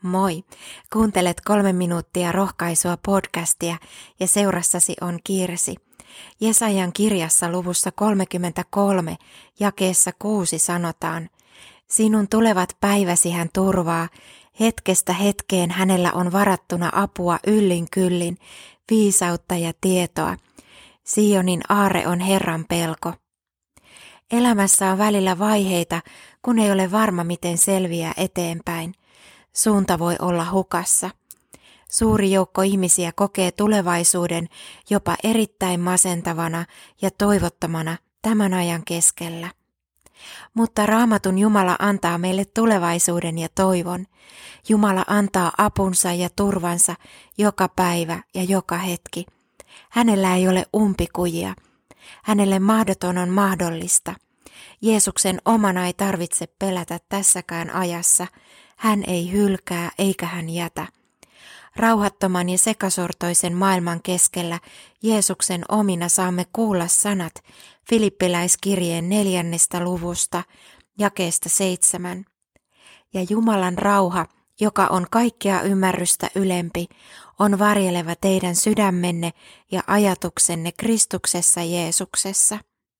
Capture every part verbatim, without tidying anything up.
Moi! Kuuntelet kolme minuuttia rohkaisua podcastia ja seurassasi on Kirsi. Jesajan kirjassa luvussa kolmekymmentäkolme jakeessa kuusi sanotaan: Sinun tulevat päiväsi hän turvaa, hetkestä hetkeen hänellä on varattuna apua yllin kyllin, viisautta ja tietoa. Sionin aarre on Herran pelko. Elämässä on välillä vaiheita, kun ei ole varma miten selviää eteenpäin. Suunta voi olla hukassa. Suuri joukko ihmisiä kokee tulevaisuuden jopa erittäin masentavana ja toivottomana tämän ajan keskellä. Mutta Raamatun Jumala antaa meille tulevaisuuden ja toivon. Jumala antaa apunsa ja turvansa joka päivä ja joka hetki. Hänellä ei ole umpikujia. Hänelle mahdoton on mahdollista. Jeesuksen omana ei tarvitse pelätä tässäkään ajassa. Hän ei hylkää eikä hän jätä. Rauhattoman ja sekasortoisen maailman keskellä Jeesuksen omina saamme kuulla sanat Filippiläiskirjeen neljännestä luvusta, jakeesta seitsemän. Ja Jumalan rauha, joka on kaikkea ymmärrystä ylempi, on varjeleva teidän sydämenne ja ajatuksenne Kristuksessa Jeesuksessa.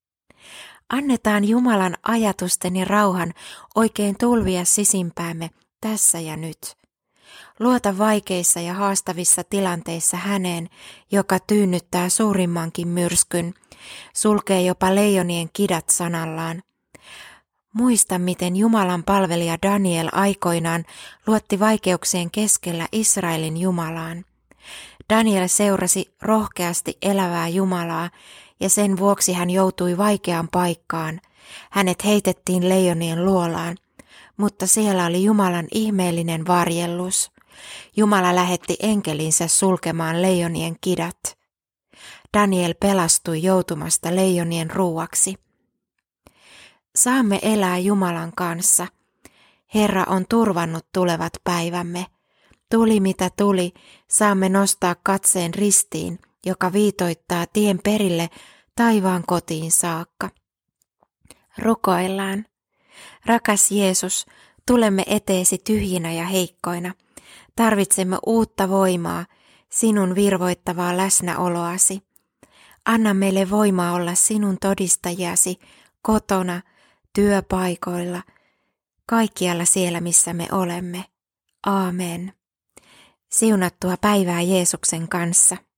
Annetaan Jumalan ajatusten ja rauhan oikein tulvia sisimpäämme tässä ja nyt. Luota vaikeissa ja haastavissa tilanteissa häneen, joka tyynnyttää suurimmankin myrskyn, sulkee jopa leijonien kidat sanallaan. Muista, miten Jumalan palvelija Daniel aikoinaan luotti vaikeuksien keskellä Israelin Jumalaan. Daniel seurasi rohkeasti elävää Jumalaa ja sen vuoksi hän joutui vaikeaan paikkaan. Hänet heitettiin leijonien luolaan, mutta siellä oli Jumalan ihmeellinen varjellus. Jumala lähetti enkelinsä sulkemaan leijonien kidat. Daniel pelastui joutumasta leijonien ruuaksi. Saamme elää Jumalan kanssa. Herra on turvannut tulevat päivämme. Tuli mitä tuli, saamme nostaa katseen ristiin, joka viitoittaa tien perille taivaan kotiin saakka. Rukoillaan. Rakas Jeesus, tulemme eteesi tyhjinä ja heikkoina. Tarvitsemme uutta voimaa, sinun virvoittavaa läsnäoloasi. Anna meille voimaa olla sinun todistajasi kotona, työpaikoilla, kaikkialla siellä missä me olemme. Aamen. Siunattua päivää Jeesuksen kanssa.